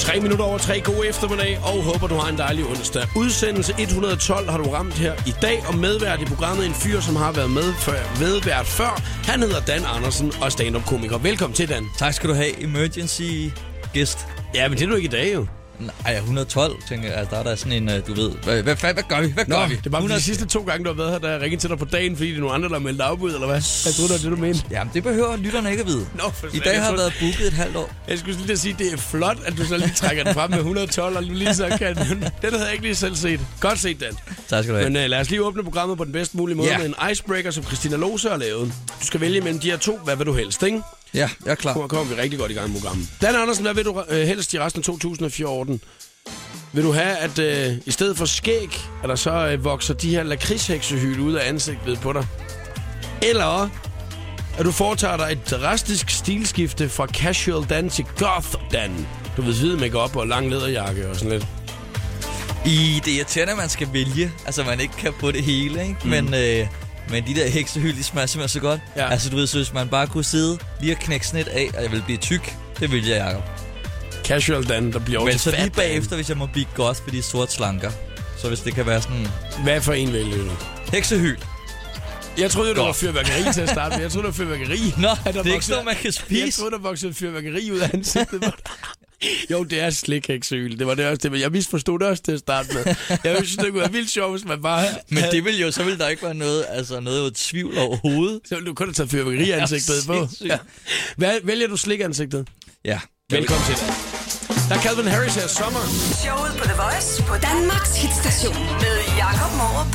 3 minutter over 3. God eftermiddag, og håber, du har en dejlig onsdag. Udsendelse 112 har du ramt her i dag, og medvært i programmet en fyr, som har været medvært før. Han hedder Dan Andersen og stand-up-komiker. Velkommen til, Dan. Tak skal du have. Emergency guest. Ja, men det er du ikke i dag, jo. Nej, 112, tænker jeg. Altså, der er der sådan en, du ved... Hvad gør vi? Hvad gør vi? Det er bare de sidste 2 gange, du har været her, da jeg ringede til dig på dagen, fordi det er nogle andre, der har meldt afbud, eller hvad? Jeg troede, det var det, du mente. Jamen, det behøver lytterne ikke at vide. I dag har jeg været booket et halvt år. Jeg skulle lige sige, det er flot, at du så lige trækker den frem med 112, og du lige så kan... Den havde jeg ikke lige selv set. Godt set, Dan. Tak skal du have. Men lad os lige åbne programmet på den bedste mulige måde med en icebreaker, som Christina Lose har lavet. Du skal vælge mellem de her 2. Hvad vil du helst, ikke? Ja, jeg er klar. Nu kommer vi rigtig godt i gang med programmet. Dan Andersen, hvad vil du helst i resten af 2014? Vil du have, at i stedet for skæg, at der så vokser de her lakridsheksehyl ud af ansigtet på dig? Eller at du foretager dig et drastisk stilskifte fra casual Dan til goth Dan? Du ved, hvide make-up og lang læderjakke og sådan lidt. Det irriterende, at man skal vælge. Altså, man ikke kan få det hele, ikke? Men de der heksehyl, de smager simpelthen så godt. Ja. Altså, du ved, så hvis man bare kunne sidde lige og knække sådan et af, og jeg vil blive tyk, det vil jeg, Jacob. Casual Dan, der bliver over til fat. Men så lige bagefter, hvis jeg må blive godt for de sorte slanker. Så hvis det kan være sådan... Hvad for en vælger du? Heksehyl. Jeg troede jo, det var fyrværkeri til at starte med. Jeg troede, det var fyrværkeri. Nå, det er ikke sådan, man kan spise. Jeg troede, der voksede fyrværkeri ud af ansigtet. Jo, det er slikheksehyl. Det var det også det, men jeg misforstod det også til at starte med. Jeg synes, det kunne være vildt sjovt, hvis man bare... Men det vil jo, så vil der ikke være noget tvivl overhovedet. Så vil du kun have taget fyrværkeri-ansigtet på. Ja. Vælger du slik-ansigtet? Ja. Velkommen til det. Der er Calvin Harris her sommer. Showet på The Voice på Danmarks hitstation med Jacob Morup.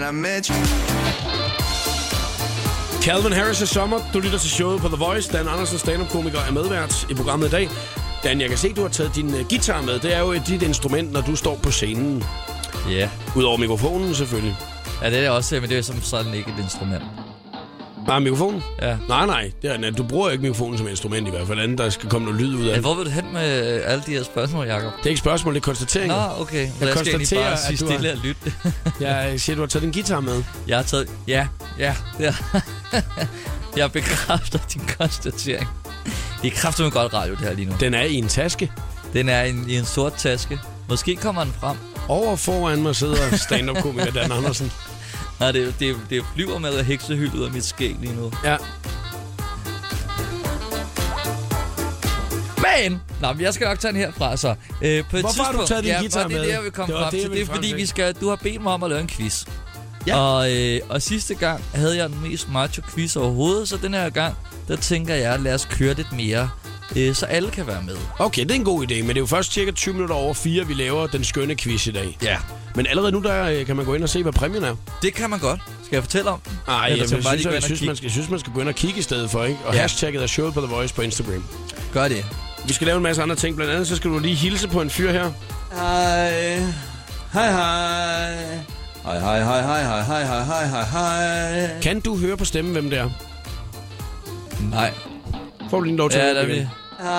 Calvin Harris her sommer. Du lytter til showet på The Voice. Dan Andersen, stand-up-komiker, er medvært i programmet i dag. Dan, jeg kan se, du har taget din guitar med. Det er jo dit instrument, når du står på scenen. Ja. Yeah. Udover mikrofonen, selvfølgelig. Ja, det er det også, men det er som sådan ikke et instrument. Bare mikrofonen? Ja. Nej. Du bruger ikke mikrofonen som instrument i hvert fald. Andet, der skal komme noget lyd ud af. Hvor vil du hen med alle de her spørgsmål, Jacob? Det er ikke spørgsmål, det er konstateringer. Nå, okay. Jeg konstaterer, bare sige stille og lytte. Jeg siger, du har taget din guitar med. Jeg har taget... Ja. Jeg bekræfter din konstatering. Det er kraftigt godt radio, det her lige nu. Den er i en taske. Den er i en sort taske. Måske kommer den frem. Over foran mig sidder stand-up-komiker Dan Andersen. Nej, det flyver med heksehyl ud af mit skæg lige nu. Ja. Men! Nå, jeg skal nok tage den herfra, så. Hvorfor har du taget din guitar med? Det er det, jeg vil komme frem til. Det er fordi, du har bedt mig om at lave en quiz. Ja. Og sidste gang havde jeg den mest macho quiz overhovedet, så den her gang, der tænker jeg, lad os køre lidt mere, så alle kan være med. Okay, det er en god idé, men det er jo først cirka 20 minutter over 4, vi laver den skønne quiz i dag. Ja. Men allerede nu, der kan man gå ind og se, hvad præmien er. Det kan man godt. Skal jeg fortælle om? Nej, jeg synes, man skal gå ind og kigge i stedet for, ikke? Og hashtagget er showet på The Voice på Instagram. Gør det. Vi skal lave en masse andre ting. Blandt andet, så skal du lige hilse på en fyr her. Hej. Hej. Kan du høre på stemmen, hvem det er? Nej. Får du lige en lov til at høre det?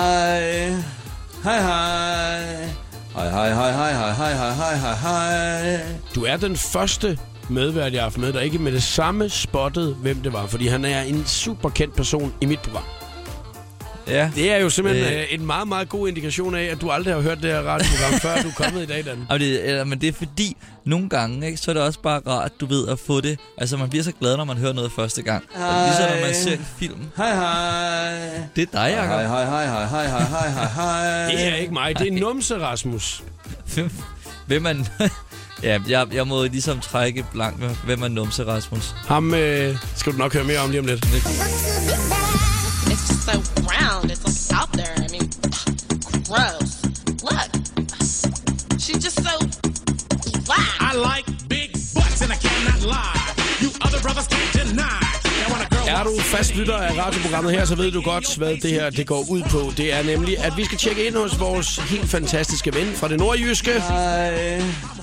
Hej. Du er den første medvært, jeg har haft med, der ikke med det samme spottede, hvem det var. Fordi han er en super kendt person i mit program. Ja. Det er jo simpelthen en meget, meget god indikation af, at du aldrig har hørt det her radioprogram, før du er kommet i dag, Dan. Men det er fordi, nogle gange, ikke, så er det også bare rart, du ved, at få det. Altså, man bliver så glad, når man hører noget første gang. Ligesom når man ser en film. Hej. Det er dig, Jacob. Hej. Det er ikke mig, det er Numse Rasmus. Hvem man... Ja, jeg må ligesom trække blank med, hvem er Numse Rasmus. Ham skal du nok høre mere om lige om lidt. It's just so round. It's like out there. I mean, gross. Look. She's just so flat. I like big butts and I cannot lie. You other brothers can't deny. Er du fast lytter af radioprogrammet her, så ved du godt, hvad det her det går ud på. Det er nemlig, at vi skal tjekke ind hos vores helt fantastiske ven fra det nordjyske. Hej.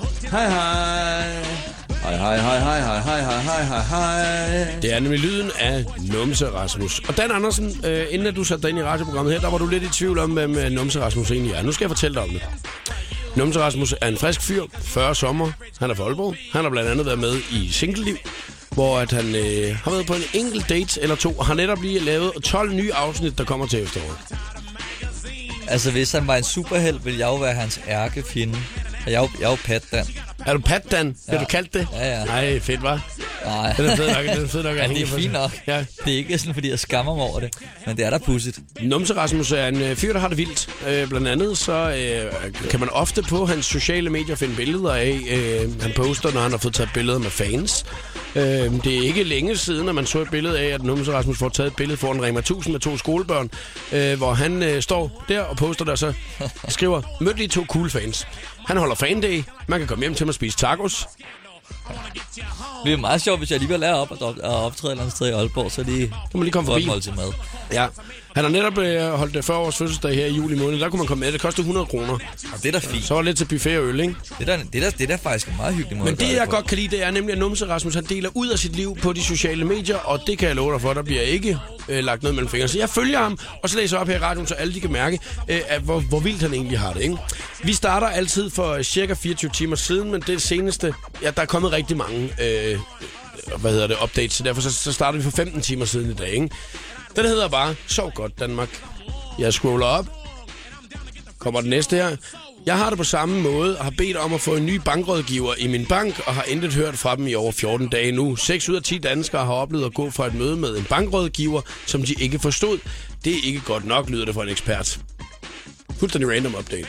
Det er nemlig lyden af Numse Rasmus. Og Dan Andersen, inden at du satte dig ind i radioprogrammet her, der var du lidt i tvivl om, hvem Numse Rasmus egentlig er. Nu skal jeg fortælle dig om det. Numse Rasmus er en frisk fyr, 40 sommer. Han er fra Aalborg. Han har blandt andet været med i Single-liv, hvor at han har været på en enkelt date eller to, og har netop lige lavet 12 nye afsnit, der kommer til efteråret. Altså, hvis han var en superhelt, ville jeg jo være hans ærkefjende. Jeg er jo Pat-Dan. Er du Pat-Dan? Bliver du kaldt det? Ja. Nej, fedt, hva'? Nej. Det er fed nok. Ja, det er fint nok. Ja. Det er ikke sådan, fordi jeg skammer mig over det. Men det er da pudsigt. Numse Rasmus er en fyr, der har det vildt. Blandt andet så kan man ofte på hans sociale medier finde billeder af. Han poster, når han har fået taget billeder med fans. Det er ikke længe siden, at man så et billede af, at Numse Rasmus får taget et billede foran Rema 1000 med 2 skolebørn, hvor han står der og poster der, og så skriver, mød lige 2 cool fans. Han holder fan-day. Man kan komme hjem til mig og spise tacos. Det er meget sjovt, hvis jeg alligevel er op og optræde et eller andet sted i Aalborg, så lige kan man lige komme forbi. Mål til mad. Ja. Han har netop holdt 40 års fødselsdag her i juli måned. Der kunne man komme med. Det koster 100 kroner. Og det er da fint. Så var lidt til buffet og øl, ikke? Det er da faktisk en meget hyggelig måde. Men det, jeg godt kan lide, det er nemlig, at Numse Rasmus, han deler ud af sit liv på de sociale medier, og det kan jeg love dig for, der bliver ikke lagt noget mellem fingrene. Så jeg følger ham, og så læser jeg op her i radioen, så alle de kan mærke, hvor vildt han egentlig har det, ikke? Vi starter altid for cirka 24 timer siden, men det seneste, ja, der er kommet rigtig mange updates, så derfor så starter vi for 15 timer siden i dag, ikke? Den hedder bare, sov godt Danmark. Jeg scroller op. Kommer den næste her. Jeg har det på samme måde og har bedt om at få en ny bankrådgiver i min bank, og har intet hørt fra dem i over 14 dage nu. 6 ud af 10 danskere har oplevet at gå fra et møde med en bankrådgiver, som de ikke forstod. Det er ikke godt nok, lyder det fra en ekspert. Fuldstændig random update.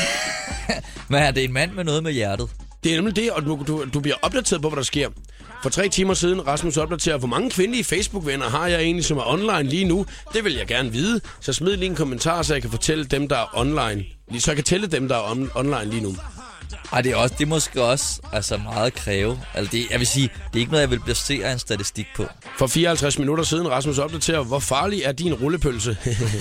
Men er det en mand med noget med hjertet? Det er nemlig det, og du bliver opdateret på, hvad der sker. For 3 timer siden, Rasmus opdaterer, hvor mange kvindelige Facebook-venner har jeg egentlig, som er online lige nu? Det vil jeg gerne vide. Så smid lige en kommentar, så jeg kan fortælle dem, der er online. Så jeg kan tælle dem, der er online lige nu. Ej, det er måske også altså meget kræve. Altså jeg vil sige, det er ikke noget, jeg vil basere en statistik på. For 54 minutter siden, Rasmus opdaterer, hvor farlig er din rullepølse?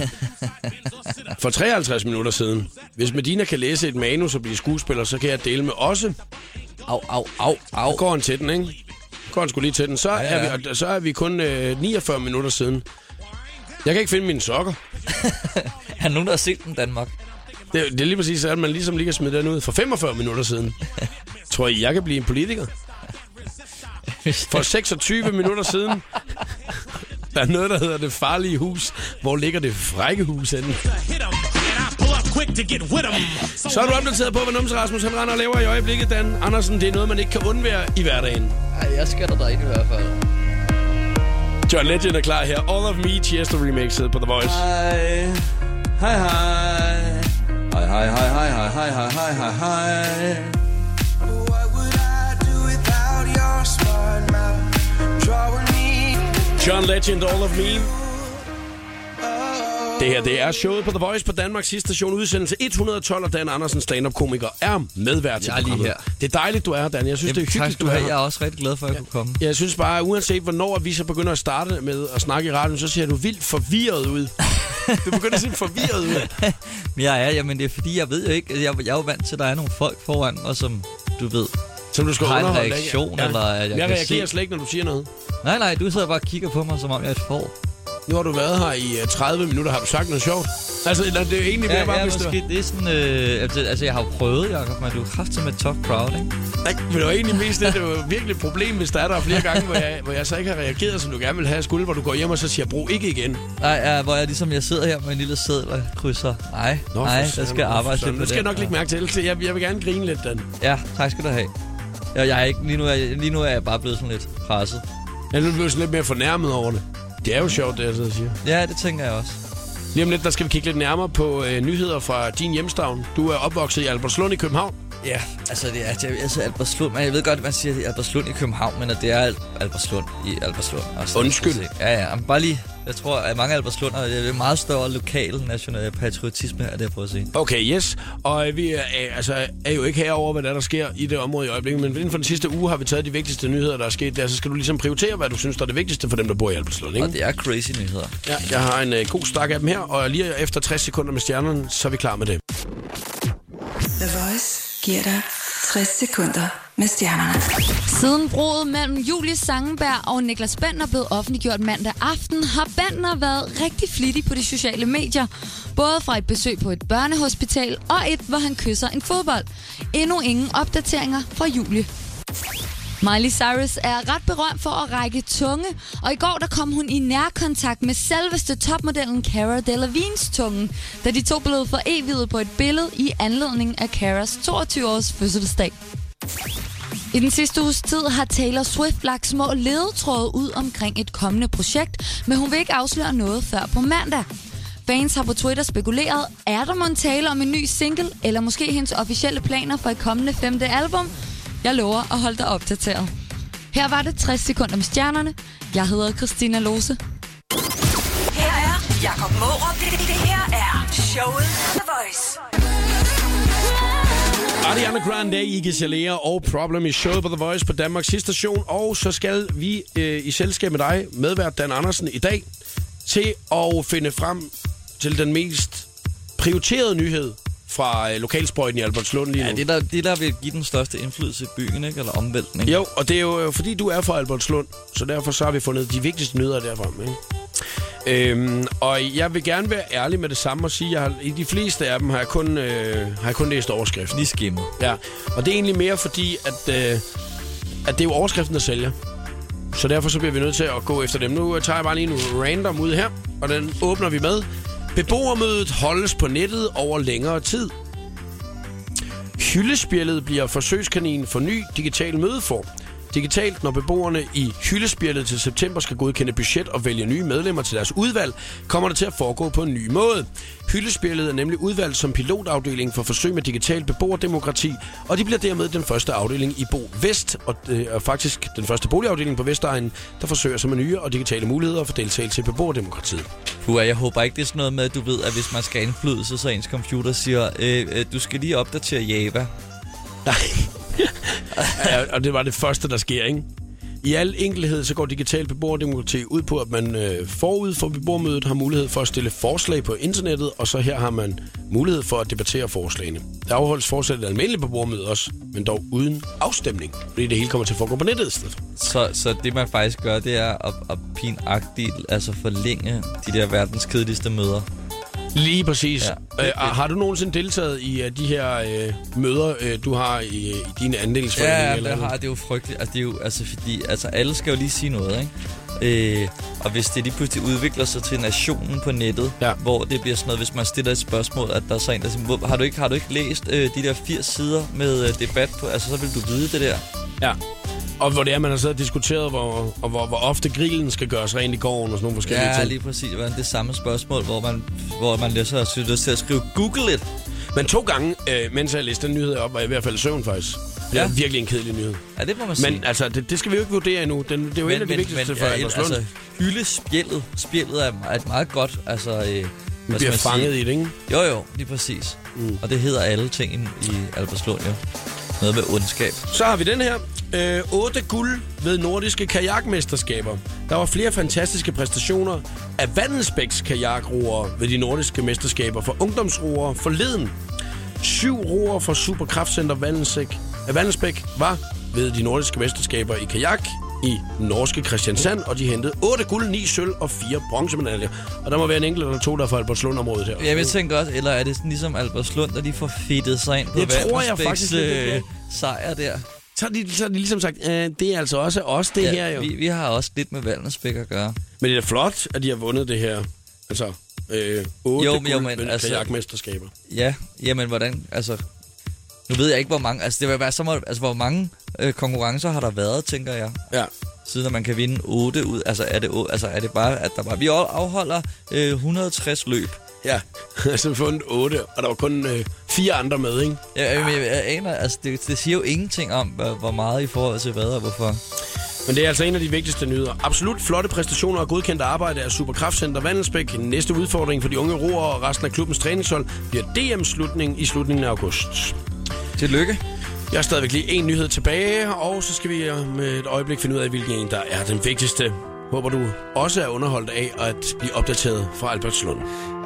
For 53 minutter siden. Hvis Medina kan læse et manus og blive skuespiller, så kan jeg dele med også. Au. Så går han til den, ikke? Går han sgu lige til den. Så er vi kun 49 minutter siden. Jeg kan ikke finde mine sokker. Er nogen, der har set den, Danmark? Det er lige præcis, at man ligesom lige kan smide den ud for 45 minutter siden. Tror I, jeg kan blive en politiker? For 26 minutter siden. Der er noget, der hedder Det Farlige Hus. Hvor ligger det frække hus henne? Så er du opdateret på, hvad Numse Rasmus han render og laver i øjeblikket, Dan Andersen. Det er noget, man ikke kan undvære i hverdagen. Ej, jeg skal der ind i hvert fald. John Legend er klar her. All of Me, Chester remixet på The Voice. Hej. John Legend, All of Me. Det her, det er showet på The Voice på Danmarks sidste station, udsendelse 112, og Dan Andersen, stand-up-komiker, er medvært til programmet. Det er dejligt, du er her, Dan. Jeg synes, det er hyggeligt, du er her. Jeg er også rigtig glad for, at jeg kunne komme. Jeg synes bare, uanset hvornår vi så begynder at starte med at snakke i radioen, så ser du vildt forvirret ud. Du begynder at se forvirret ud. Jamen det er fordi, jeg ved jo ikke, jeg er jo vant til, at der er nogle folk foran mig, som du ved, som du skal har en underholde, reaktion, ja. Eller at jeg reagerer slet ikke, når du siger noget. Nej, du sidder bare og kigger på mig, som om jeg er et får. Nu har du været her i 30 minutter. Har du sagt noget sjovt? Altså, det er egentlig mere bare, hvis måske. Det er sådan... altså, jeg har jo prøvet, Jacob, men du er kraftigt med top crowd, ikke? Nej, men det var egentlig mest det. Det var virkelig et problem, hvis der er flere gange, hvor jeg så ikke har reageret, som du gerne vil have skulle, hvor du går hjem og så siger, brug ikke igen. Nej, hvor jeg ligesom, jeg sidder her med en lille seddel og krydser. Nej, der skal arbejde lidt med det. Nu skal jeg nok lægge mærke til. Jeg vil gerne grine lidt, Dan. Ja, tak skal du have. Jeg er ikke, lige nu er jeg bare blevet sådan lidt presset. Jeg er blevet sådan lidt mere fornærmet over det. Det er jo sjovt, det jeg så siger. Ja, det tænker jeg også. Lige om lidt, der skal vi kigge lidt nærmere på nyheder fra din hjemstavn. Du er opvokset i Albertslund i København. Ja, altså det er altså Albertslund. Men jeg ved godt, at man siger, at det er Albertslund i København, men at det er Albertslund i Albertslund. Også, undskyld. Ja, bare lige. Jeg tror, at mange Albertslunder er meget større lokal national patriotisme, er det, jeg prøver at sige. Okay, yes. Og vi er jo ikke herover, hvad der sker i det område i øjeblikket, men inden for den sidste uge har vi taget de vigtigste nyheder, der er sket der. Så skal du ligesom prioritere, hvad du synes, der er det vigtigste for dem, der bor i Albertslund, ikke? Og det er crazy nyheder. Ja, jeg har en god stak af dem her, og lige efter 60 sekunder med stjernerne, så er vi klar med det. The Voice giver dig 60 sekunder med stjernerne. Siden bruddet mellem Julie Sangenberg og Niklas Bendtner blev offentliggjort mandag aften, har Bendtner været rigtig flittig på de sociale medier. Både fra et besøg på et børnehospital og et, hvor han kysser en fodbold. Endnu ingen opdateringer fra Julie. Miley Cyrus er ret berømt for at række tunge, og i går der kom hun i nærkontakt med selveste topmodellen Cara Delevingnes tunge, da de to blev foreviget på et billede i anledning af Caras 22-års fødselsdag. I den sidste uges tid har Taylor Swift lagt små ledetråde ud omkring et kommende projekt, men hun vil ikke afsløre noget før på mandag. Fans har på Twitter spekuleret, er der mon tale om en ny single, eller måske hendes officielle planer for et kommende 5. album? Jeg lover at holde dig opdateret. Her var det 60 sekunder med stjernerne. Jeg hedder Christina Lose. Her er Jakob Mårup. Det her er showet på The Voice. Ariana Grande, Iggy Azalea og Problem i showet på The Voice på Danmarks station. Og så skal vi i selskab med dig, medvært Dan Andersen, i dag til at finde frem til den mest prioriterede nyhed fra lokalsprøjten i Albertslund lige nu. Ja, det der vil give den største indflydelse i byen, ikke? Eller omvælten, ikke? Jo, og det er jo fordi, du er fra Albertslund, så derfor så har vi fundet de vigtigste nyheder derfra, ikke? Og jeg vil gerne være ærlig med det samme og sige, at i de fleste af dem har jeg kun læst overskriften. De skimmer. Ja, og det er egentlig mere fordi, at det er jo overskriften, der sælger. Så derfor så bliver vi nødt til at gå efter dem. Nu tager jeg bare lige en random ud her, og den åbner vi med. Beboermødet holdes på nettet over længere tid. Hyldespjældet bliver forsøgskanin for ny digital mødeform. Digitalt, når beboerne i Hyldespjældet til september skal godkende budget og vælge nye medlemmer til deres udvalg, kommer det til at foregå på en ny måde. Hyldespjældet er nemlig udvalgt som pilotafdeling for forsøg med digital beboerdemokrati, og de bliver dermed den første afdeling i Bo Vest, og faktisk den første boligafdeling på Vestegnen, der forsøger sig med nye og digitale muligheder for deltagelse i beboerdemokratiet. Jeg håber ikke, det er sådan noget med, at du ved, at hvis man skal have indflydelse, så ens computer siger, du skal lige opdatere Java. Nej. Ja, og det var det første, der sker, ikke? I al enkelhed så går digital beboerdemokrati ud på, at man forud for beboermødet har mulighed for at stille forslag på internettet, og så her har man mulighed for at debattere forslagene. Der afholdes fortsat et almindeligt beboermøde også, men dog uden afstemning, fordi det hele kommer til at foregå på nettet i stedet. Så det man faktisk gør, det er at pinagtigt forlænge de der verdens kedeligste møder. Lige præcis. Ja. Har du nogensinde deltaget i de her møder, du har i dine andelsforeninger? Ja, det har. Det er jo frygteligt. Altså, det er jo, fordi alle skal jo lige sige noget, ikke? Og hvis det lige pludselig udvikler sig til nationen på nettet, hvor det bliver sådan noget, hvis man stiller et spørgsmål, at der er så en, der siger, har du ikke læst de der 80 sider med debat på? Altså, så vil du vide det der. Ja. Og hvor det er, man har siddet og diskuteret, hvor ofte grillen skal gøres rent i gården og sådan nogle forskellige ting. Ja, lige præcis. Det var det samme spørgsmål, hvor man læser og synes til at skrive Google it. Men 2 gange, mens jeg læste den nyhed op, var jeg i hvert fald i søvn faktisk. Det er virkelig en kedelig nyhed. Ja, det må man sige. Men altså, det skal vi jo ikke vurdere endnu. Det er jo en af de vigtigste for Albertslund. Altså, hyldespjældet. Spjældet er et meget godt, vi bliver fanget i det, ikke? Jo, lige præcis. Og det hedder alle ting i Albertslund, jo. Noget med ondskab. Så har vi den her. 8 guld ved nordiske kajakmesterskaber. Der var flere fantastiske præstationer af Vandensbæks kajakroere ved de nordiske mesterskaber for ungdomsroere forleden. 7 roere fra Superkraftcenter Vandensbæk var ved de nordiske mesterskaber i kajak i norske Kristiansand, og de hentede 8 guld, 9 sølv og 4 bronzemedaljer. Og der må være en enkelt eller 2, der er fra Albertslund-området her. Jeg vil tænke også, eller er det sådan ligesom Albertslund, der de får fedtet sig ind på Vandensbæks sejr der? Så har de ligesom sagt, det er altså også os, det her jo. Vi har også lidt med Vandensbæk at gøre. Men det er flot, at de har vundet det her. Altså, 8 guld ved kajakmesterskaber. Ja, jamen hvordan, altså... Nu ved jeg ikke, hvor mange... Altså, det vil være så meget... Altså, hvor mange konkurrencer har der været, tænker jeg. Ja. Siden at man kan vinde 8 ud. Altså, er det bare, at der bare... Vi afholder 160 løb. Ja, altså vi fundet 8, og der var kun 4 andre med, ikke? Ja, jeg aner... Altså, det siger jo ingenting om, hvor meget i forhold til hvad og hvorfor. Men det er altså en af de vigtigste nyheder. Absolut flotte præstationer og godkendt arbejde af Superkraftcenter Vandensbæk. Næste udfordring for de unge roere og resten af klubbens træningshold bliver DM-slutning i slutningen af august. Tillykke. Jeg har stadigvæk lige en nyhed tilbage, og så skal vi med et øjeblik finde ud af, hvilken en der er den vigtigste. Håber du også er underholdt af at blive opdateret fra Albertslund.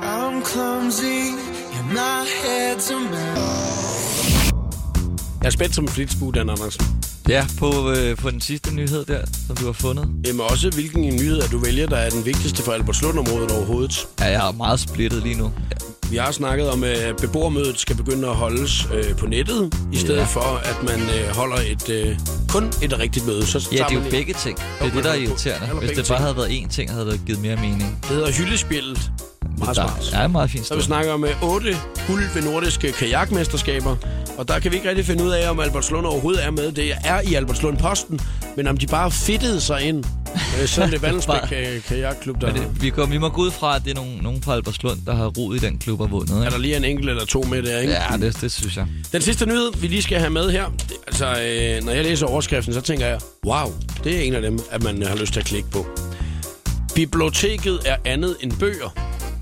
Jeg er spændt som en flitsbue, Dan Andersen. Ja, på den sidste nyhed der, som du har fundet. Jamen også, hvilken nyhed du vælger, der er den vigtigste for Albertslund-området overhovedet. Ja, jeg er meget splittet lige nu. Vi har snakket om, at beboermødet skal begynde at holdes på nettet, i stedet for, at man holder kun et rigtigt møde. Så ja, det er jo begge ting. Det er det, der er irriterende. Hvis det bare havde været én ting, havde det givet mere mening. Det hedder hyldespillet. Meget smart. Ja, meget fint. Så vi snakker om 8 guld ved nordiske kajakmesterskaber. Og der kan vi ikke rigtig finde ud af, om Albertslund overhovedet er med. Det er i Albertslund-posten, men om de bare fedtede sig ind. Sådan det Vandelsbæk kajakklub, der vi må gå ud fra, at det er nogen fra Albertslund, der har roet i den klub og vundet. Ikke? Er der lige en enkelt eller to med der, ikke? Ja, det synes jeg. Den sidste nyhed, vi lige skal have med her. Når jeg læser overskriften, så tænker jeg, wow, det er en af dem, at man har lyst til at klikke på. Biblioteket er andet end bøger.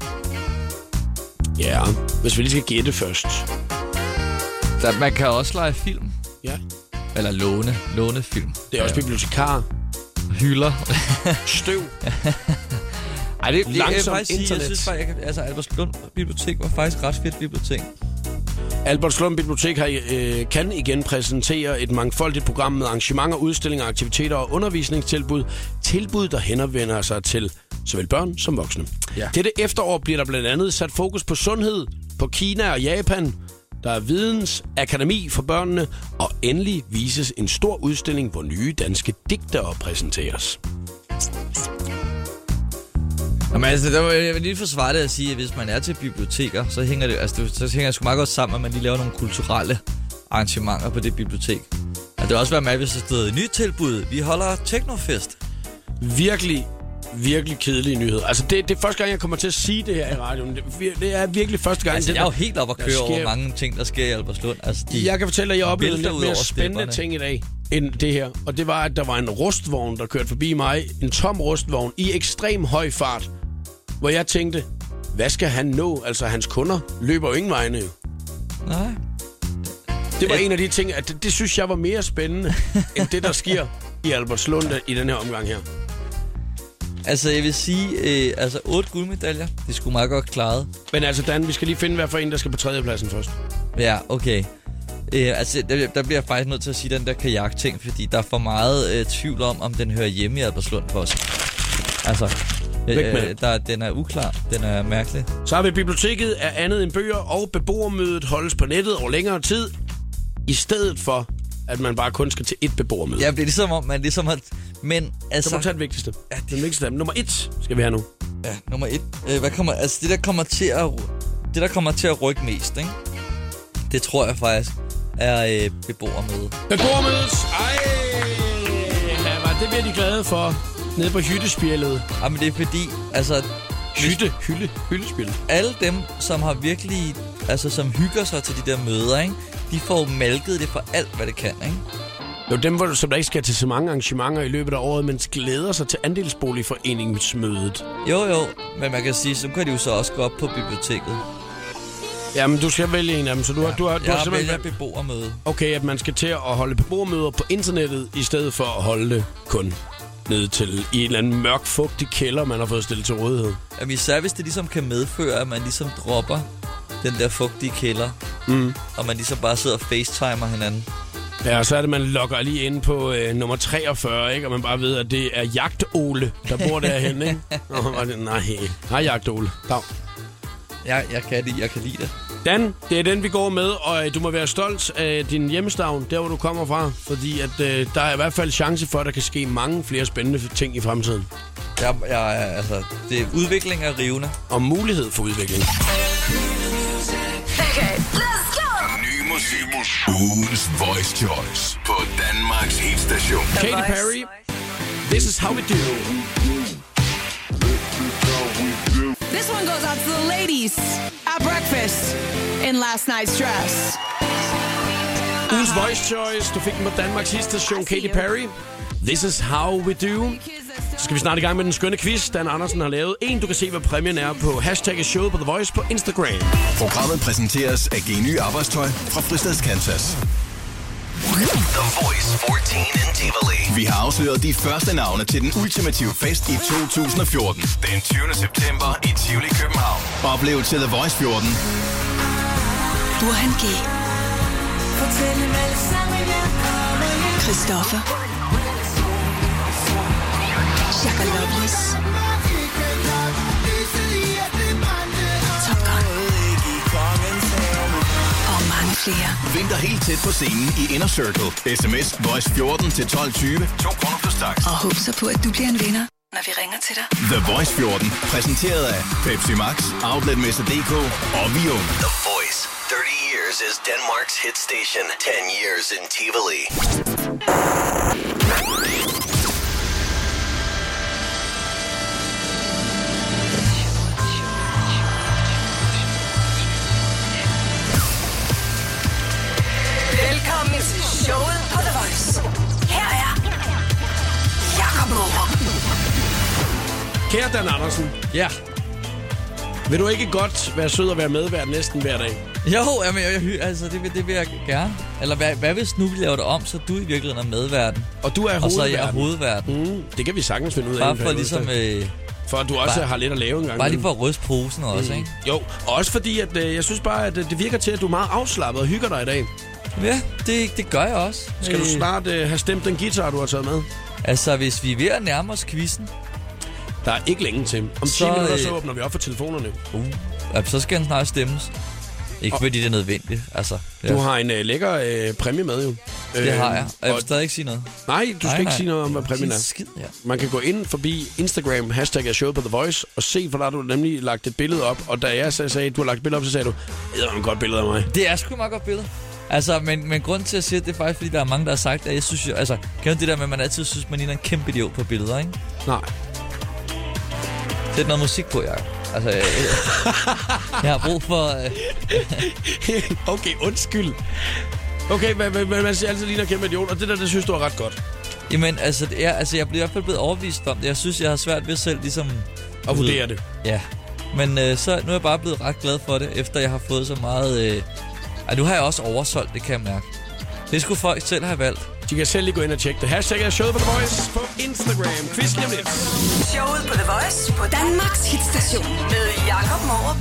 Ja, hvis vi lige skal gætte først. Man kan også lege film. Ja. Eller låne film. Det er også bibliotekar. Hylder. Støv. Ej, det langsomt faktisk sige, jeg synes faktisk, Albertslund Bibliotek var faktisk ret fedt bibliotek. Albertslund Bibliotek kan igen præsentere et mangfoldigt program med arrangementer, udstillinger, aktiviteter og undervisningstilbud. Tilbud, der henvender sig til såvel børn som voksne. Ja. Dette efterår bliver der blandt andet sat fokus på sundhed, på Kina og Japan. Der er vidensakademi for børnene, og endelig vises en stor udstilling, hvor nye danske digtere præsenteres. Jamen altså, jeg vil lige forsvare det at sige, at hvis man er til biblioteker, så hænger det sgu meget godt sammen, at man lige laver nogle kulturelle arrangementer på det bibliotek. Altså, det vil også være med, hvis der stod et nyt tilbud. Vi holder Teknofest. Virkelig kedelige nyheder. Altså, det er første gang, jeg kommer til at sige det her i radioen. Det er virkelig første gang. Altså, jeg er jo helt op at køre over mange ting, der sker i Albertslund. Altså, jeg kan fortælle, at jeg oplevede lidt mere spændende ting i dag end det her. Og det var, at der var en rustvogn, der kørte forbi mig. En tom rustvogn i ekstrem høj fart. Hvor jeg tænkte, hvad skal han nå? Altså, hans kunder løber jo ingen vegne. Nej. Det var en af de ting, at det synes jeg var mere spændende, end det, der sker i Albertslund i den her omgang her. Altså, jeg vil sige, 8 guldmedaljer, det skulle meget godt klaret. Men altså, Dan, vi skal lige finde hver for en, der skal på 3. pladsen først. Ja, okay. Der bliver jeg faktisk nødt til at sige den der kajak-ting, fordi der er for meget tvivl om den hører hjemme i Albertslund for os. Altså, den er uklar, den er mærkelig. Så har vi biblioteket er andet end bøger, og beboermødet holdes på nettet over længere tid, i stedet for, at man bare kun skal til et beboermøde. Ja, det er ligesom om, man ligesom har... Men altså... Så må du tage det vigtigste. Ja, den vigtigste. Nummer 1 skal vi have nu. Ja, nummer 1. Hvad kommer... Altså, det der kommer til at rykke mest, ikke? Det tror jeg faktisk er beboermøde. Beboermødet! Det bliver de glade for nede på hyttespjældet. Ja, men det er fordi, altså... Hyldespjældet. Alle dem, som har virkelig... Altså, som hygger sig til de der møder, ikke? De får malket det for alt, hvad det kan, ikke? Jo, dem, som der ikke skal til så mange arrangementer i løbet af året, men glæder sig til andelsboligforeningsmødet. Jo, men man kan sige, så kan de jo så også gå op på biblioteket. Jamen, du skal vælge en af dem, så du har simpelthen beboermøde. Okay, at man skal til at holde beboermøder på internettet, i stedet for at holde det kun ned til i en eller anden mørk, fugtig kælder, man har fået stillet til rådighed. Jamen, især hvis det ligesom kan medføre, at man ligesom dropper den der fugtige kælder, og man ligesom bare sidder og facetimer hinanden. Ja, så er det, man logger lige ind på nummer 43, ikke? Og man bare ved, at det er Jagt-Ole, der bor derhen, ikke? Nej, Jagt-Ole. Dag. Jeg kan lide det. Dan, det er den, vi går med, og du må være stolt af din hjemstavn, der hvor du kommer fra, fordi at, der er i hvert fald chance for, at der kan ske mange flere spændende ting i fremtiden. Altså, det er udvikling af rivende. Og mulighed for udvikling. Okay, let's go! Ny musik. Ugens Voice Choice på Danmarks hitstation. Katy Perry, This Is How We Do. This one goes out to the ladies at breakfast in last night's dress. Ugens Voice Choice, du fik den på Danmarks hitstation, Katy Perry. This Is How We Do. Så skal vi snart i gang med den skønne quiz, Dan Andersen har lavet. Du kan se, hvad præmien er på #showet på The Voice på Instagram. Programmet præsenteres af Geny Arbejdstøj fra Fristads, Kansas. The Voice 14 in Tivoli. Vi har afsløret de første navne til den ultimative fest i 2014. Den 20. september i Tivoli, København. Oplev til The Voice 14. Burhan G. Christoffer. Shaka Loveless. Top Gun. flere. Vind dig helt tæt på scenen i Inner Circle. SMS Voice 14 til 1220. 2 kroner plus tax. Og håb så på, at du bliver en vinder, når vi ringer til dig. The Voice 14. Præsenteret af Pepsi Max, Outletmester.dk og Vium. The Voice. 30 years is Denmark's hit station. 10 years in Tivoli. Velkommen til showet på The Voice. Her er Jakob Morup. Kære Dan Andersen. Ja. Vil du ikke godt være sød og være medvært næsten hver dag? Jo, jamen, altså, det vil jeg gerne. Eller hvad hvis nu vi laver det om, så du i virkeligheden er medverden? Og du er hovedverden. Og så er jeg hovedverden. Det kan vi sagtens finde ud af. Bare for ligesom... for at du også har lidt at lave en gang. Bare lige for at ryste posen også, ikke? Jo, og også fordi, at jeg synes bare, at det virker til, at du er meget afslappet og hygger dig i dag. Ja, det gør jeg også. Skal du snart have stemt den guitar, du har taget med? Altså, hvis vi er ved at nærme os quizzen... Der er ikke længe til. Om 10 minutter så åbner vi op for telefonerne. Så skal den snart stemmes. Ikke fordi det er nødvendigt. Altså, ja. Du har en lækker præmie med, jo. Det har jeg. Og jeg vil stadig ikke sige noget. Nej, du skal ikke sige noget om, hvad præmien er. Skid, ja. Man kan gå ind forbi Instagram, hashtag showet på The Voice, og se, for der har du nemlig lagt et billede op. Og da jeg sagde, at du har lagt et billede op, så sagde du, det er et godt billede af mig. Det er sgu et meget godt billede. Altså, men grund til at sige, det er faktisk, fordi der er mange, der har sagt, at jeg synes jo, altså, kan du det der med, at man altid synes, man ligner en kæmpe idiot på billeder, ikke? Nej. Sæt noget musik på, Jacob. Altså, jeg har brug for... Okay, undskyld. Okay, men man siger altid ligner kæmpe idiot, og det synes du er ret godt. Jamen, altså, jeg bliver i hvert fald blevet overbevist om det. Jeg synes, jeg har svært ved selv ligesom... At vurdere det. Ja. Men så nu er jeg bare blevet ret glad for det, efter jeg har fået så meget... nu har jeg også oversolgt, det kan jeg mærke. Det skulle folk selv have valgt. De kan selv lige gå ind og tjekke det. Hashtag er showet på The Voice på Instagram. Quiz lige om lidt. Showet på The Voice på Danmarks hitstation med Jakob Morup.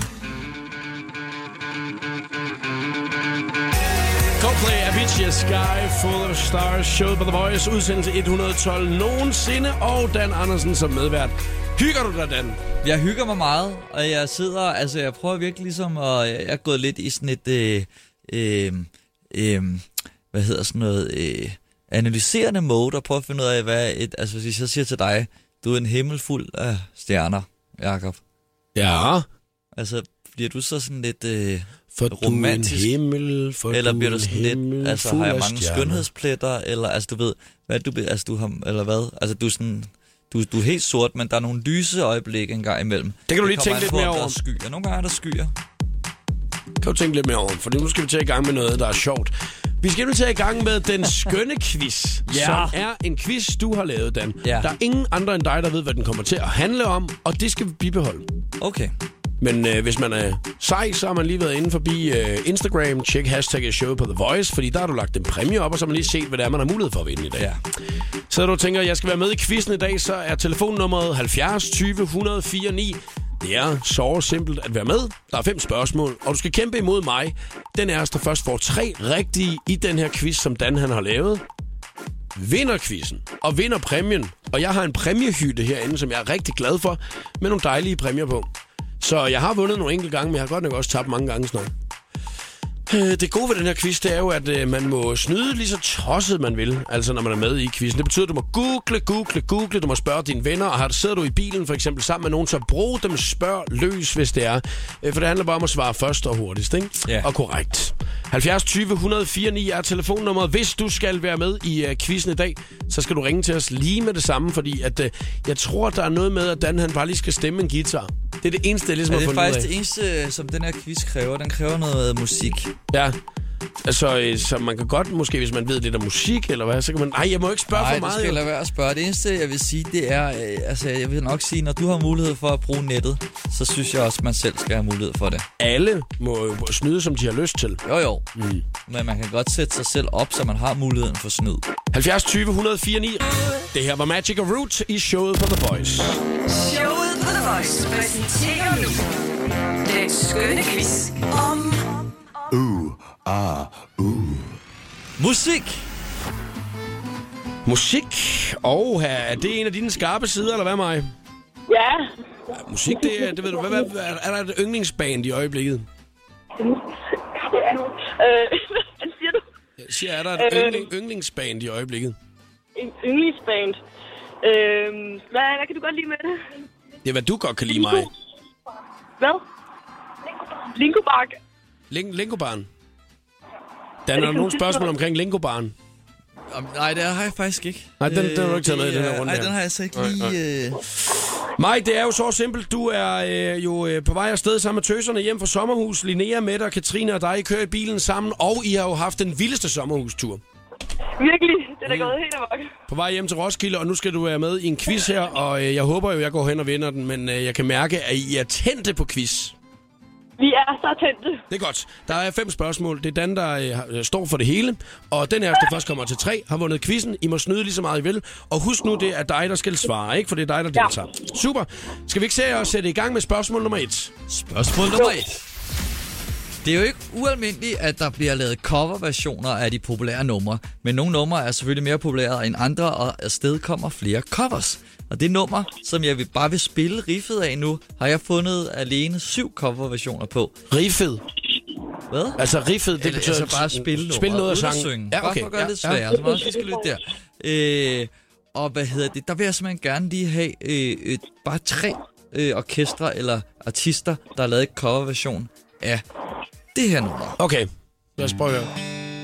Coldplay, Avicii, Sky, Full of Stars, showet på The Voice, udsendelse 112 nogensinde, og Dan Andersen som medvært. Hygger du dig, Dan? Jeg hygger mig meget, og jeg sidder, altså jeg prøver virkelig ligesom, og jeg er gået lidt i sådan et, hvad hedder sådan noget, analyserende mode, og prøve at finde ud af, hvad altså hvis jeg siger til dig, du er en himmel fuld af stjerner, Jakob. Ja. Altså, bliver du så sådan lidt for romantisk? Du en himmel, for eller du bliver du sådan lidt, altså har jeg mange skønhedspletter, eller altså du ved, hvad du altså du har, eller hvad? Altså du er sådan, du er helt sort, men der er nogle lyse øjeblikke en gang imellem. Det kan du lige tænke lidt mere over. Skyer. Nogle gange er der skyer. Kan du tænke lidt mere over, for nu skal vi tage i gang med noget, der er sjovt. Vi skal nu tage i gang med den skønne quiz, som er en quiz, du har lavet, Dan. Ja. Der er ingen andre end dig, der ved, hvad den kommer til at handle om, og det skal vi bibeholde. Okay. Men hvis man er sej, så har man lige været inde forbi Instagram. Tjek hashtag showet på The Voice, fordi der har du lagt en præmie op, og så har man lige set, hvad det er, man har mulighed for at vinde i dag. Ja. Så du tænker, at jeg skal være med i quizzen i dag, så er telefonnummeret 70 20 104 9. Det er så simpelt at være med. Der er 5 spørgsmål, og du skal kæmpe imod mig. Den er, der først får 3 rigtige i den her quiz, som Dan han har lavet, vinder quizzen og vinder præmien. Og jeg har en præmiehytte herinde, som jeg er rigtig glad for, med nogle dejlige præmier på. Så jeg har vundet nogle enkelte gange, men jeg har godt nok også tabt mange gange snart. Det gode ved den her quiz, det er jo, at man må snyde lige så tosset man vil, altså når man er med i quizzen. Det betyder, at du må google, du må spørge dine venner, og sidder du i bilen for eksempel sammen med nogen, så brug dem, spørg løs, hvis det er. For det handler bare om at svare først og hurtigst, ikke? Ja. Og korrekt. 70 20 104 9 er telefonnummeret. Hvis du skal være med i quizzen i dag, så skal du ringe til os lige med det samme, fordi at, jeg tror, der er noget med, at Dan han bare lige skal stemme en guitar. Det er det eneste, jeg ligesom har fundet ud af. Det er faktisk det eneste, som den her quiz kræver. Den kræver noget musik. Ja, altså, så man kan godt, måske hvis man ved lidt om musik, eller hvad, så kan man... Ej, jeg må ikke spørge for meget. Nej, du skal lade være at spørge. Det eneste, jeg vil sige, det er... altså, jeg vil nok sige, når du har mulighed for at bruge nettet, så synes jeg også, man selv skal have mulighed for det. Alle må jo snyde, som de har lyst til. Jo. Men man kan godt sætte sig selv op, så man har muligheden for snyd. 70 20 104 9. Det her var Magic og Root i showet på The Voice. Showet på The Voice præsenterer nu den skønne quiz om... Musik! Musik. Og her er det en af dine skarpe sider, eller hvad, Maj? Ja. Musik, det ved du. Hvad er der et yndlingsband i øjeblikket? Det er Hvad siger du? Jeg siger, er der et yndlingsband i øjeblikket? En yndlingsband. Hvad kan du godt lide med det? Det er, hvad du godt kan lide mig. Hvad? Linko Park. Linko-baren. Dan, er der nogle spørgsmål omkring Linko-baren? Nej, det har jeg faktisk ikke. Nej, den har du ikke taget med i den her runde. Nej, den har jeg så ikke lige... Mike, det er jo så simpelt. Du er på vej afsted sammen med tøserne hjem fra sommerhus. Linnea, Mette og Katrine og dig kører i bilen sammen, og I har jo haft den vildeste sommerhustur. Virkelig, det er gået helt amok. På vej hjem til Roskilde, og nu skal du være med i en quiz her, og jeg håber jo, jeg går hen og vinder den, men jeg kan mærke, at I er tændte på quiz. Vi er så tændte. Det er godt. Der er 5 spørgsmål. Det er Dan, der står for det hele. Og den her, der først kommer til 3, har vundet quizzen. I må snyde lige så meget I vil. Og husk nu, det er dig, der skal svare, ikke? For det er dig, der deltager. Ja. Super. Skal vi ikke se at sætte i gang med spørgsmål nummer 1? Spørgsmål nummer 1. Det er jo ikke ualmindeligt, at der bliver lavet coverversioner af de populære numre. Men nogle numre er selvfølgelig mere populære end andre, og afsted kommer flere covers. Og det nummer, som jeg bare vil spille riffet af nu, har jeg fundet alene 7 coverversioner på. Riffet? Hvad? Altså riffet, det betyder... Altså bare spille noget af sangen. Synge. Ja, okay. Bare for at gøre det lidt sværere, så man også skal lytte der. Og hvad hedder det? Der vil jeg simpelthen gerne lige have bare 3 orkestre eller artister, der har lavet en coverversion af det her nummer. Okay, lad os prøve at høre.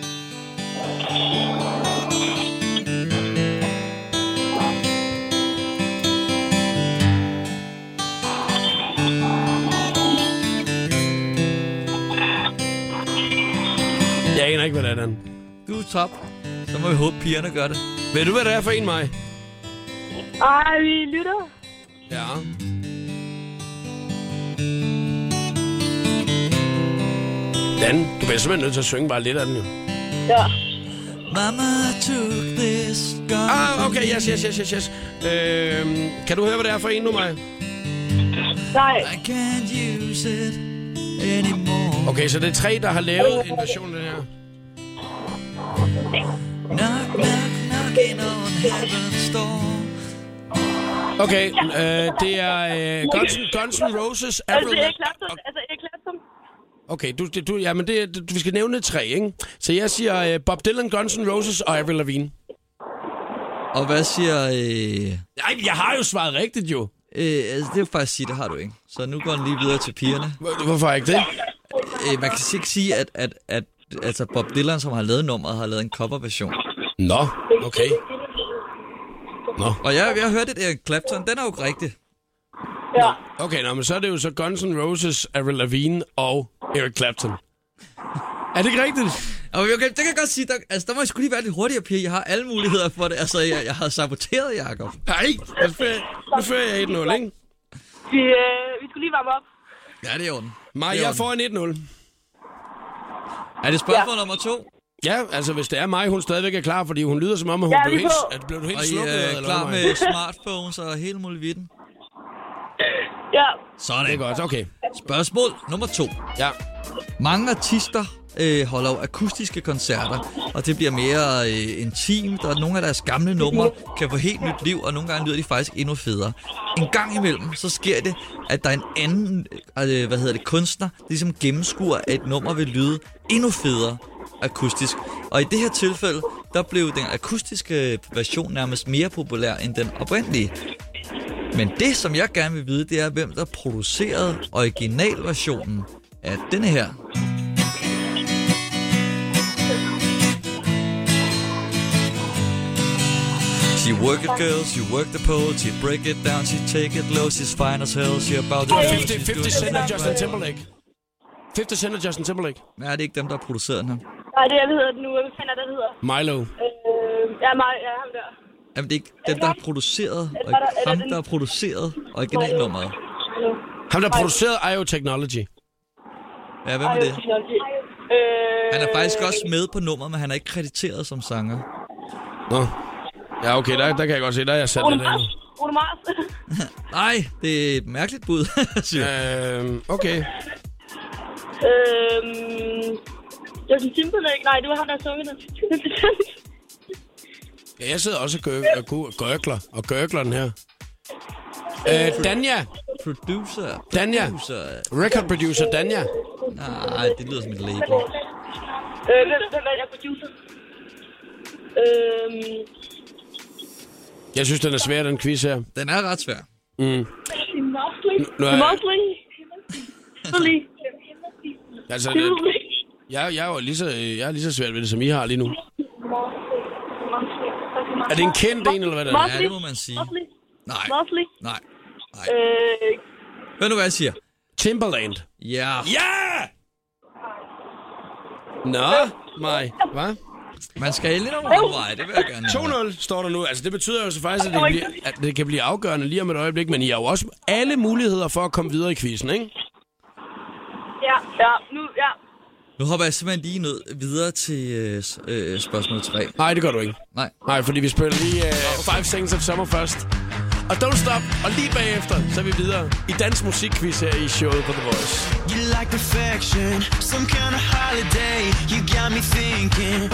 Jeg aner ikke, hvad det er, Dan. Du er top. Så må vi håbe, pigerne gør det. Ved du, hvad det er for en, Maj? Ej, vi lytter. Ja. Dan, du bliver simpelthen nødt til at synge bare lidt af den, jo. Ja. Mama took this gun. Okay, yes. Kan du høre, hvad det er for en nu, Maj? Nej. I can't use it anymore. Okay, så det er 3, der har lavet en version af det her. Knock, knock, knocking on heaven's door. Okay, det er Guns N' Roses. Altså, Eric Clapton. Okay, jamen vi skal nævne 3, ikke? Så jeg siger Bob Dylan, Guns N' Roses og Avril Lavigne. Og hvad siger... Nej, jeg har jo svaret rigtigt, jo. Altså, det vil faktisk sige, det har du ikke. Så nu går den lige videre til pigerne. Hvorfor ikke det? Man kan ikke sige, at altså Bob Dylan, som har lavet nummeret, har lavet en coverversion. Nå, okay. Nå. Og jeg har hørt det, Eric Clapton, den er jo rigtig. Ja. Okay, men så er det jo så Guns N' Roses, Avril Lavigne og Eric Clapton. Er det ikke rigtigt? Okay, det kan jeg godt sige. Der må jeg sgu lige være lidt hurtigere, Pia. Jeg har alle muligheder for det. Altså, jeg har saboteret, Jacob. Nej, nu fører jeg 1-0, ikke? Vi skulle lige varme op. Ja, det er orden. Jeg får en 1-0. Er det spørgsmål nummer 2? Ja, altså hvis det er mig, hun stadigvæk er klar, fordi hun lyder som om, at hun blev helt slukket. Og I er klar med smartphones og hele muligheden? Ja. Sådan. Det er godt, okay. Spørgsmål nummer 2. Ja. Mange artister holder jo akustiske koncerter, og det bliver mere intimt, og nogle af deres gamle numre kan få helt nyt liv, og nogle gange lyder de faktisk endnu federe. En gang imellem, så sker det, at der er en anden kunstner, der ligesom gennemskuer, at et nummer vil lyde endnu federe akustisk. Og i det her tilfælde, der blev den akustiske version nærmest mere populær end den oprindelige. Men det, som jeg gerne vil vide, det er, hvem der producerede originalversionen af denne her. She work it, girls, she work the pole, she break it down, she take it low, she's fine as hell, she about to... 50 Cent og Justin Timberlake. 50 Cent og Justin Timberlake. Nej, det er ikke dem, der har produceret den her. Nej, det er, hvad hedder det nu? Hvad fanden er det, hedder? Milo. Ja, ham der. Jamen, det er ikke dem, der har produceret, der har produceret originalnummeret. Ham, der har produceret IO Technology. Ja, hvem er det? Han er faktisk også med på nummeret, men han er ikke krediteret som sanger. Nå. Ja, okay, der kan jeg godt se, der er jeg sat lidt af. Bruno Mars. Nej, det er et mærkeligt bud. Okay. Justin Timberlake. Nej, det var ham, der sunget den. Ja, jeg sidder også og gørkler den her. Danja. Producer. Danja. Record producer Danja. Nej, det lyder som et label. Hvem er producer? Jeg synes, den er svær, den quiz her. Den er ret svær. Mosley? Altså, jeg er lige så svært ved det, som I har lige nu. Er det en kendt en, eller hvad det er? Ja, det må man sige. Nej. Mosley? Nej. Hvad nu, hvad jeg siger? Timbaland. Ja. Ja! Nå, mig. Hvad? Man skal lige nogle overveje, det vil jeg gerne. 2-0 står der nu. Altså, det betyder jo så faktisk, at det kan blive afgørende lige om et øjeblik, men I har jo også alle muligheder for at komme videre i quizzen, ikke? Ja. Nu hopper jeg simpelthen lige videre til spørgsmål 3. Nej, det gør du ikke. Nej, fordi vi spiller lige 5 Seconds of Summer først. Og Don't Stop, og lige bagefter, så er vi videre i dansk musikquiz her i showet på The Voice. You like perfection, some kind of holiday. You got me thinking.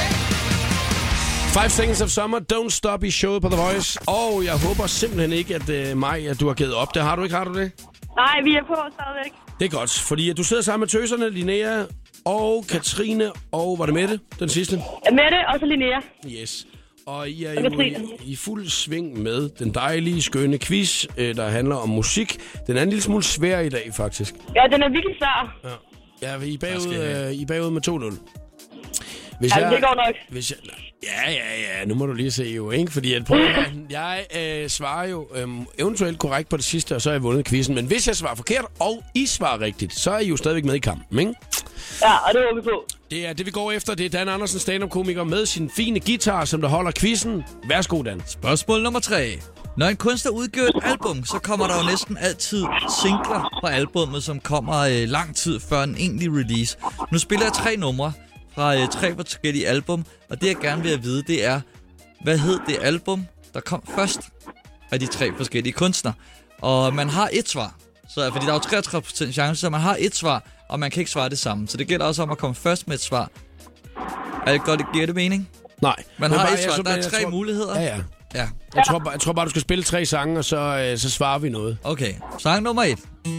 5 Seconds of Summer, Don't Stop i showet på The Voice. Og jeg håber simpelthen ikke, at at du har givet op. Det har du ikke, har du det? Nej, vi er på stadigvæk. Det er godt, fordi du sidder sammen med tøserne, Linnea og Katrine, og var det Mette, den sidste? Mette, og så Linnea. Yes. Og I er jo i fuld sving med den dejlige, skønne quiz, der handler om musik. Den er en lille smule svær i dag, faktisk. Ja, den er virkelig svær. Ja, I er bagud med 2-0. Det går nok. Ja, nu må du lige se jo, ikke? Fordi jeg svarer jo eventuelt korrekt på det sidste, og så har jeg vundet quizzen. Men hvis jeg svarer forkert, og I svarer rigtigt, så er I jo stadigvæk med i kampen, ikke? Ja, og det var vi på. Det er det, vi går efter. Det er Dan Andersen, stand-up-komiker, med sin fine guitar, som der holder quizzen. Værsgo, Dan. Spørgsmål nummer 3. Når en kunstner udgiver et album, så kommer der jo næsten altid singler på albummet, som kommer lang tid før en egentlig release. Nu spiller jeg 3 numre fra 3 forskellige album, og det jeg gerne vil vide, det er, hvad hed det album, der kom først af de 3 forskellige kunstnere? Og man har et svar, fordi der er jo 33% chance, så man har et svar, og man kan ikke svare det samme. Så det gælder også om at komme først med et svar. Er det godt, det giver det mening? Nej. Man har et svar, der er 3 muligheder. Ja. Jeg tror bare, du skal spille 3 sange, og så svarer vi noget. Okay, sang nummer 1.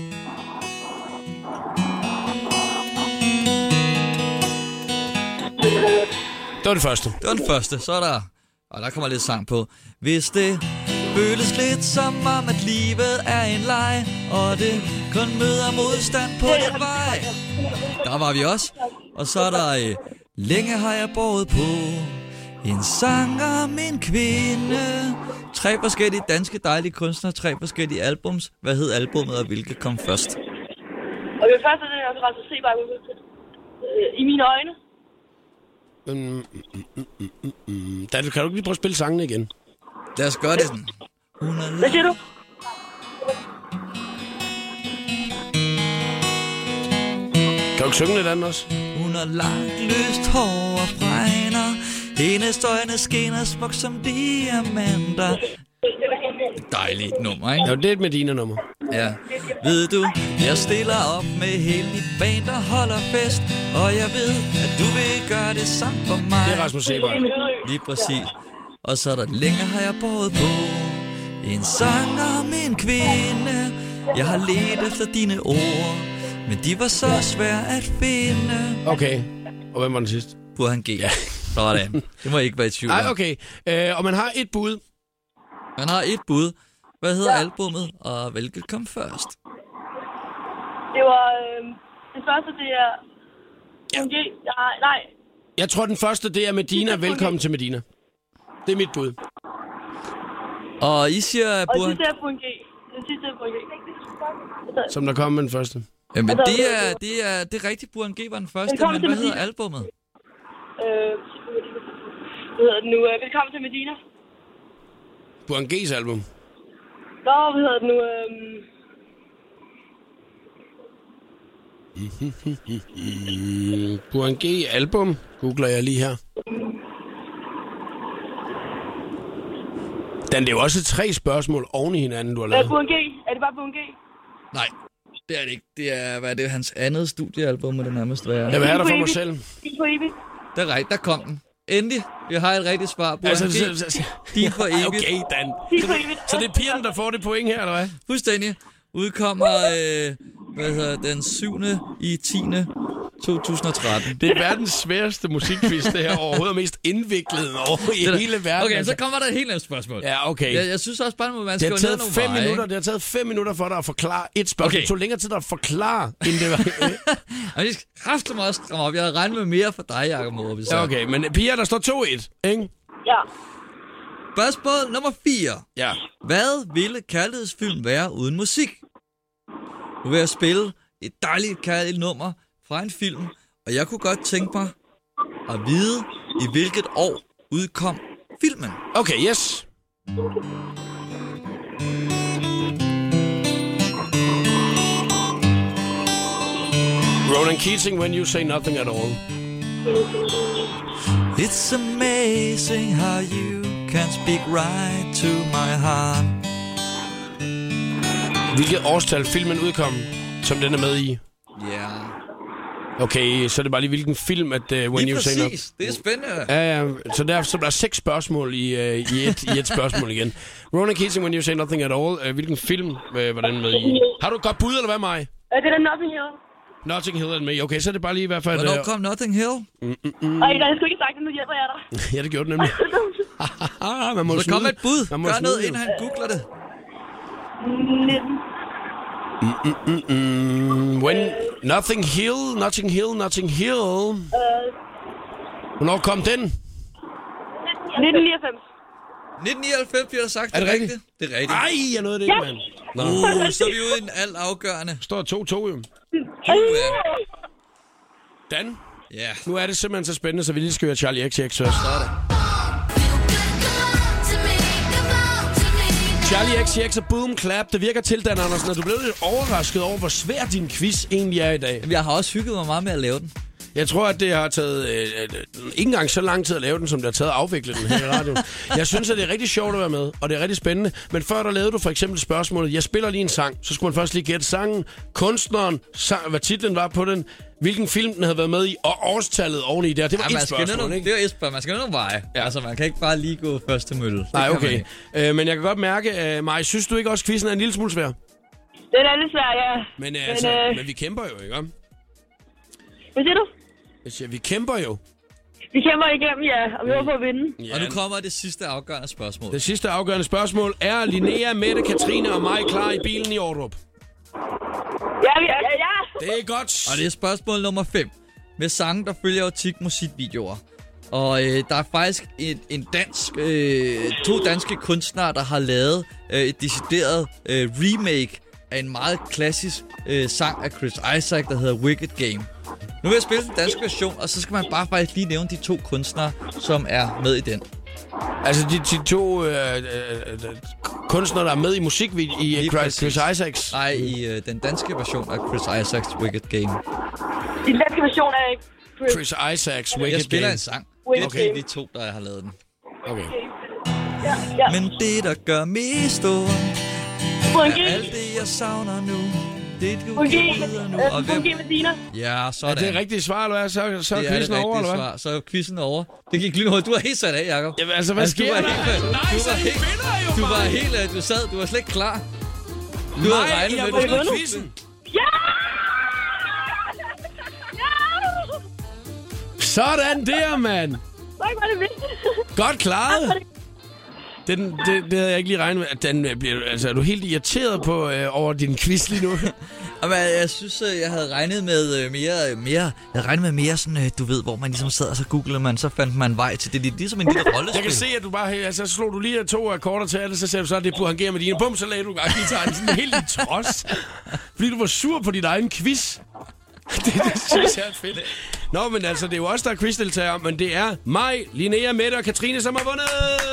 Det var det første. Så er der... Og der kommer lidt sang på. Hvis det føles lidt som om, at livet er en leg, og det kun møder modstand på den vej. Der var vi også. Og så er der... Længe har jeg båret på en sang om en kvinde. 3 forskellige danske dejlige kunstnere, 3 forskellige albums. Hvad hed albummet, og hvilket kom først? Og det første, det er altså se bare i mine øjne. Kan du ikke lige prøve at spille sangene igen? Lad os gøre det sådan. Hvad siger du? Kan du ikke synge lidt andet også? Hun har langt løst hår og fregner. Hendes øjne skinner smuk som diamanter. Dejligt nummer, ikke? Ja, det er et Medina-nummer. Ja. Ved du, jeg stiller op med hele mit band, der holder fest. Og jeg ved, at du vil gøre det samme for mig. Det er Rasmus Seebach. Lige præcis. Og så er der længe har jeg båret på en sang om en kvinde. Jeg har ledt efter dine ord, men de var så svære at finde. Okay. Og hvem var den sidste? Burhan G. Ja. Sådan. Det må ikke være i tvivl. Nej, okay. Og man har et bud. Man har et bud. Hvad hedder albummet, og hvilket kom først? Det var... det første, det er... Nej. Jeg tror, den første, det er Medina. Velkommen til Medina. Det er mit bud. Og I siger... Og det sidste er Burhan G. Som der kom med den første. Jamen, det er rigtigt. Burhan G var den første, men hvad hedder albummet? Hvad hedder det nu? Velkommen til Medina. Burhan G's album. Hvad hedder det nu? Burhan G album. Googler jeg lige her. Dan, det er jo også 3 spørgsmål oven i hinanden, du har lavet. Burhan G. Er det bare Burhan G? Nej, det er det ikke. Det er, hvad er det, hans andet studiealbum, må det nærmest være. Jeg vil have dig for mig selv. Det er rigtigt, der kom den. Endelig. Vi har et rigtigt svar. Burhan G. Din for evigt. Okay, Dan. Så det er pigerne, der får det point her, eller hvad? Fuldstændig. Udkommer, den 7. i 10. 2013. Det er verdens sværeste musikquiz, det her overhovedet mest indviklet over i hele verden. Okay, så kommer der et helt andet spørgsmål. Ja, okay. Jeg synes også bare, at man skal ned nogle veje. Det har taget 5 minutter for dig at forklare et spørgsmål. Okay. Det tog længere tid at forklare, end det var. Jeg skal kræfte mig også stramme op. Jeg havde regnet med mere for dig, Jacob Mårup. Ja, okay, men Pia, der står 2-1, ikke? Ja. Spørgsmål nummer 4. Ja. Hvad ville kærlighedsfilm være uden musik? Nu vil jeg spille et dejligt kærligt nummer fra en film, og jeg kunne godt tænke mig at vide, i hvilket år udkom filmen. Okay, yes. Ronan Keating, When You Say Nothing At All. It's amazing how you can speak right to my heart. Hvilket årstal filmen udkom, som den er med i? Ja. Yeah. Okay, så er det bare lige hvilken film, at When You Say Nothing... Det er spændende. Ja, så der er 6 spørgsmål i et spørgsmål igen. Ronan Keating, When You Say Nothing At All. Hvilken film var den med i? Har du et godt bud, eller hvad, Maj? Det er Notting Hill. Notting Hill er den med. Okay, så er det bare lige i hvert fald... Hvornår kom Notting Hill? Ej, jeg skulle ikke sagt det, nu hjælper jeg dig. Ja, det gjorde det nemlig. Man må så kom et bud. Gør noget, inden han googler det. 19. When... Notting Hill. Hvornår kom den? 1999. 1999 bliver der sagt. Er det rigtigt? Det er rigtigt. Ej, jeg nåede det ikke, mand. Så er vi ude i en alt afgørende. Står 2-2 jo. Dan? Ja. Nu er det simpelthen så spændende, så vi lige skal høre Charlie XCX først. Så er det. Charlie XCX og Boom Clap, det virker til, Dan Andersen, at du blev lidt overrasket over, hvor svær din quiz egentlig er i dag. Jeg har også hygget mig meget med at lave den. Jeg tror, at det har taget ikke engang så lang tid at lave den, som det har taget at afvikle den her i radioen. Jeg synes, at det er rigtig sjovt at være med, og det er rigtig spændende. Men før der lavede du for eksempel spørgsmålet, jeg spiller lige en sang, så skulle man først lige gætte sangen, kunstneren, hvad titlen var på den, hvilken film den havde været med i, og årstallet oveni der. Det var et spørgsmål, ikke? Det var et spørgsmål. Man skal nå nogle veje. Ja. Altså, man kan ikke bare lige gå først til mølle. Nej, okay. Men jeg kan godt mærke, Maj, synes du ikke også, quizzen er en lille smule svær? Den er lidt svær, ja. Men vi kæmper jo, ikke om? Hvad siger du? Jeg siger, vi kæmper jo. Vi kæmper igennem, ja, og vi håber på at vinde. Ja. Og nu kommer det sidste afgørende spørgsmål. Det sidste afgørende spørgsmål er Linnea, Mette, Katrine og mig klar i bilen i Ordrup? Ja. Det er godt. Og det er spørgsmål nummer 5. Med sange, der følger jo tit musikvideoer. Og der er faktisk to danske kunstnere, der har lavet et decideret remake af en meget klassisk sang af Chris Isaak, der hedder Wicked Game. Nu vil jeg spille den danske version, og så skal man bare faktisk lige nævne de 2 kunstnere, som er med i den. Altså de 2 kunstnere, der er med i musikvideo i Chris Isaaks? Nej, i den danske version af Chris Isaaks Wicked Game. I den danske version af Chris Isaaks Wicked Game. Jeg spiller en sang. Det er de 2, der har lavet den. Okay. Ja. Men det, der gør mest ondt, er alt det, jeg savner nu. Det du gider nu. Og hvem? Ja, sådan. Er det rigtigt svar, eller hvad? Så er quizzen over, eller hvad? Svar. Så er quizzen over. Det gik lynhurtigt. Du var helt sat af, Jacob. Jamen, altså, hvad sker der? Du var slet ikke klar. Du havde regnet med, at du havde quizzen. Ja! Sådan der, mand. Tak, var det vildt. Godt klaret. Det havde jeg ikke lige regnet med. Den bliver, altså, er du helt irriteret på over din quiz lige nu? Jamen, jeg synes, jeg havde regnet med mere. Jeg havde regnet med mere sådan, du ved, hvor man ligesom sad og så googlede man, så fandt man vej til det. Det er ligesom en lille rollespil. Jeg kan se, at du bare, altså, slog du lige 2 akkorder til alle, så sagde du så, at det er Burhan G med dine. Bum, så lagde du bare guitaren sådan helt i trods. Fordi du var sur på din egen quiz. Det synes jeg er fedt. Nå, men altså, det er jo også der er quizdeltager, men det er mig, Linnea, Mette og Katrine, som har vundet!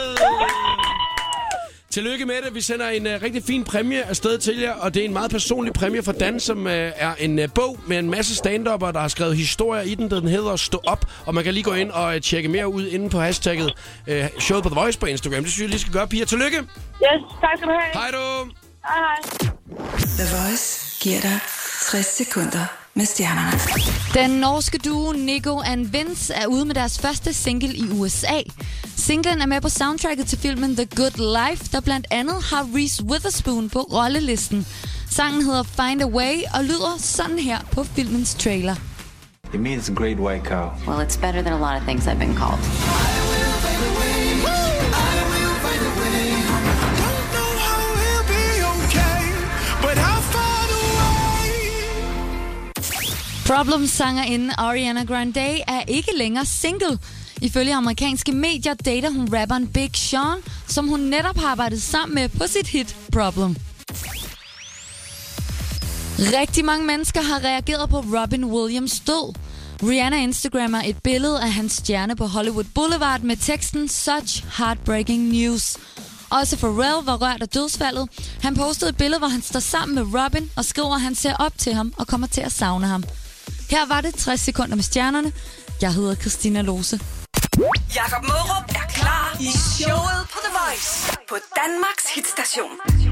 Tillykke med det. Vi sender en rigtig fin præmie afsted til jer, og det er en meget personlig præmie fra Dan, som er en bog med en masse stand-upper, der har skrevet historier i den, der den hedder Stå Op, og man kan lige gå ind og tjekke mere ud inde på hashtagget showet på The Voice på Instagram. Det synes jeg lige skal gøre, Pia. Tillykke! Yes, tak skal du have. Hej du! Hej. The Voice giver dig 60 sekunder med stjernerne. Den norske duo Nico and Vince er ude med deres første single i USA. Singlen er med på soundtracket til filmen The Good Life, der blandt andet har Reese Witherspoon på rollelisten. Sangen hedder Find a Way og lyder sådan her på filmens trailer. It means great white cow. Well, it's better than a lot of things I've been called. Problem-sangerinde Ariana Grande er ikke længere single. Ifølge amerikanske medier dater hun rapperen Big Sean, som hun netop har arbejdet sammen med på sit hit Problem. Rigtig mange mennesker har reageret på Robin Williams død. Rihanna Instagrammer et billede af hans stjerne på Hollywood Boulevard med teksten Such heartbreaking news. Også Pharrell var rørt af dødsfaldet. Han postede et billede, hvor han står sammen med Robin og skriver, at han ser op til ham og kommer til at savne ham. Her var det 60 sekunder med stjernerne. Jeg hedder Christina Lose. Jakob Mårup er klar i showet på The Voice på Danmarks hitstation.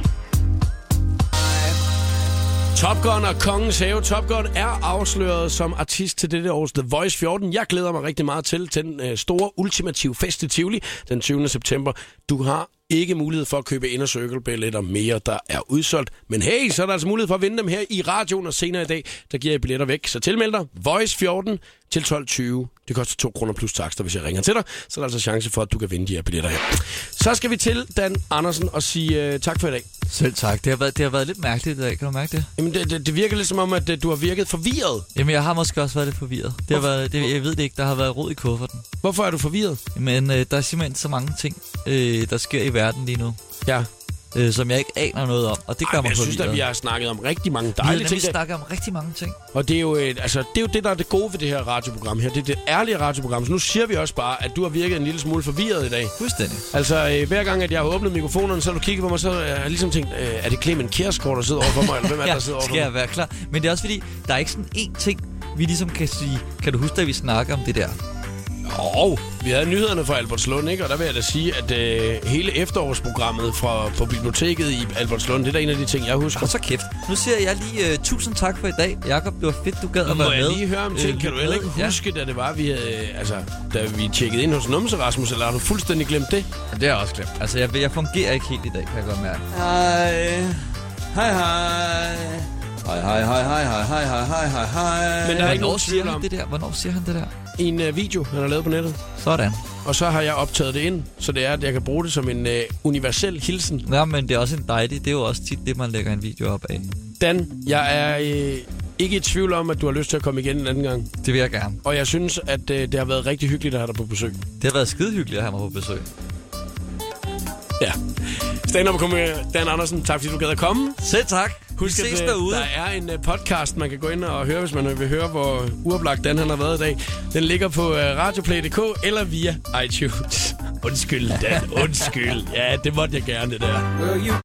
Top Gun og Kongens Have. Top Gun er afsløret som artist til dette års The Voice 14. Jeg glæder mig rigtig meget til den store ultimative fest i Tivoli den 20. september. Du har ikke mulighed for at købe Inner Circle-billetter mere, der er udsolgt. Men hey, så er der altså mulighed for at vinde dem her i radioen, og senere i dag, der giver jeg billetter væk. Så tilmeld dig Voice 14 til 12.20. Det koster 2 kroner plus takster, hvis jeg ringer til dig. Så er der altså chance for, at du kan vinde de her billetter her. Så skal vi til Dan Andersen og sige tak for i dag. Selv tak. Det har været lidt mærkeligt i dag. Kan du mærke det? Jamen, det virker lidt som om, at du har virket forvirret. Jamen, jeg har måske også været lidt forvirret. Jeg ved det ikke. Der har været rod i kufferten. Hvorfor er du forvirret? Men der er simpelthen så mange ting, der sker i verden lige nu. Ja. Som jeg ikke aner noget om, og det gør mig jeg synes, at vi har snakket om rigtig mange dejlige ting. Vi har snakket om rigtig mange ting. Og det er jo det, der er det gode ved det her radioprogram her. Det er det ærlige radioprogram. Så nu siger vi også bare, at du har virket en lille smule forvirret i dag. Fuldstændig. Altså, hver gang, at jeg har åbnet mikrofonerne, så har du kigget på mig, så har jeg ligesom tænkt, er det Clement Kjærsgaard, der sidder overfor mig, eller hvem er der sidder overfor mig? Skal jeg være klar? Men det er også fordi, der er ikke sådan én ting, vi ligesom kan sige, kan du huske, at vi snakker om det der? Vi havde nyhederne fra Albertslund, ikke? Og der vil jeg da sige, at hele efterårsprogrammet på biblioteket i Albertslund, det er da en af de ting, jeg husker. Og så kæft. Nu siger jeg lige tusind tak for i dag. Jakob, det var fedt, du gad at være med. Må jeg lige høre om ting? Kan du heller ikke huske, da det var, vi havde, da vi tjekkede ind hos Numse Rasmus, eller har du fuldstændig glemt det? Ja, det har jeg også glemt. Altså, jeg fungerer ikke helt i dag, kan jeg godt mærke. Hej. Men der er ikke nogen tvivl om det der. Hvornår siger han det der? I en video, han har lavet på nettet. Sådan. Og så har jeg optaget det ind, så det er, at jeg kan bruge det som en universel hilsen. Ja, men det er også en dejlig. Det er jo også tit det, man lægger en video op af. Dan, jeg er ikke i tvivl om, at du har lyst til at komme igen en anden gang. Det vil jeg gerne. Og jeg synes, at det har været rigtig hyggeligt at have dig på besøg. Det har været skide hyggeligt at have mig på besøg. Ja. Stand-up-komiker Dan Andersen, tak fordi du gad at komme. Selv tak. Husk, at der er en podcast, man kan gå ind og høre, hvis man vil høre, hvor uoplagt Dan han har været i dag. Den ligger på radioplay.dk eller via iTunes. Undskyld, Dan. Undskyld. Ja, det måtte jeg gerne, det der.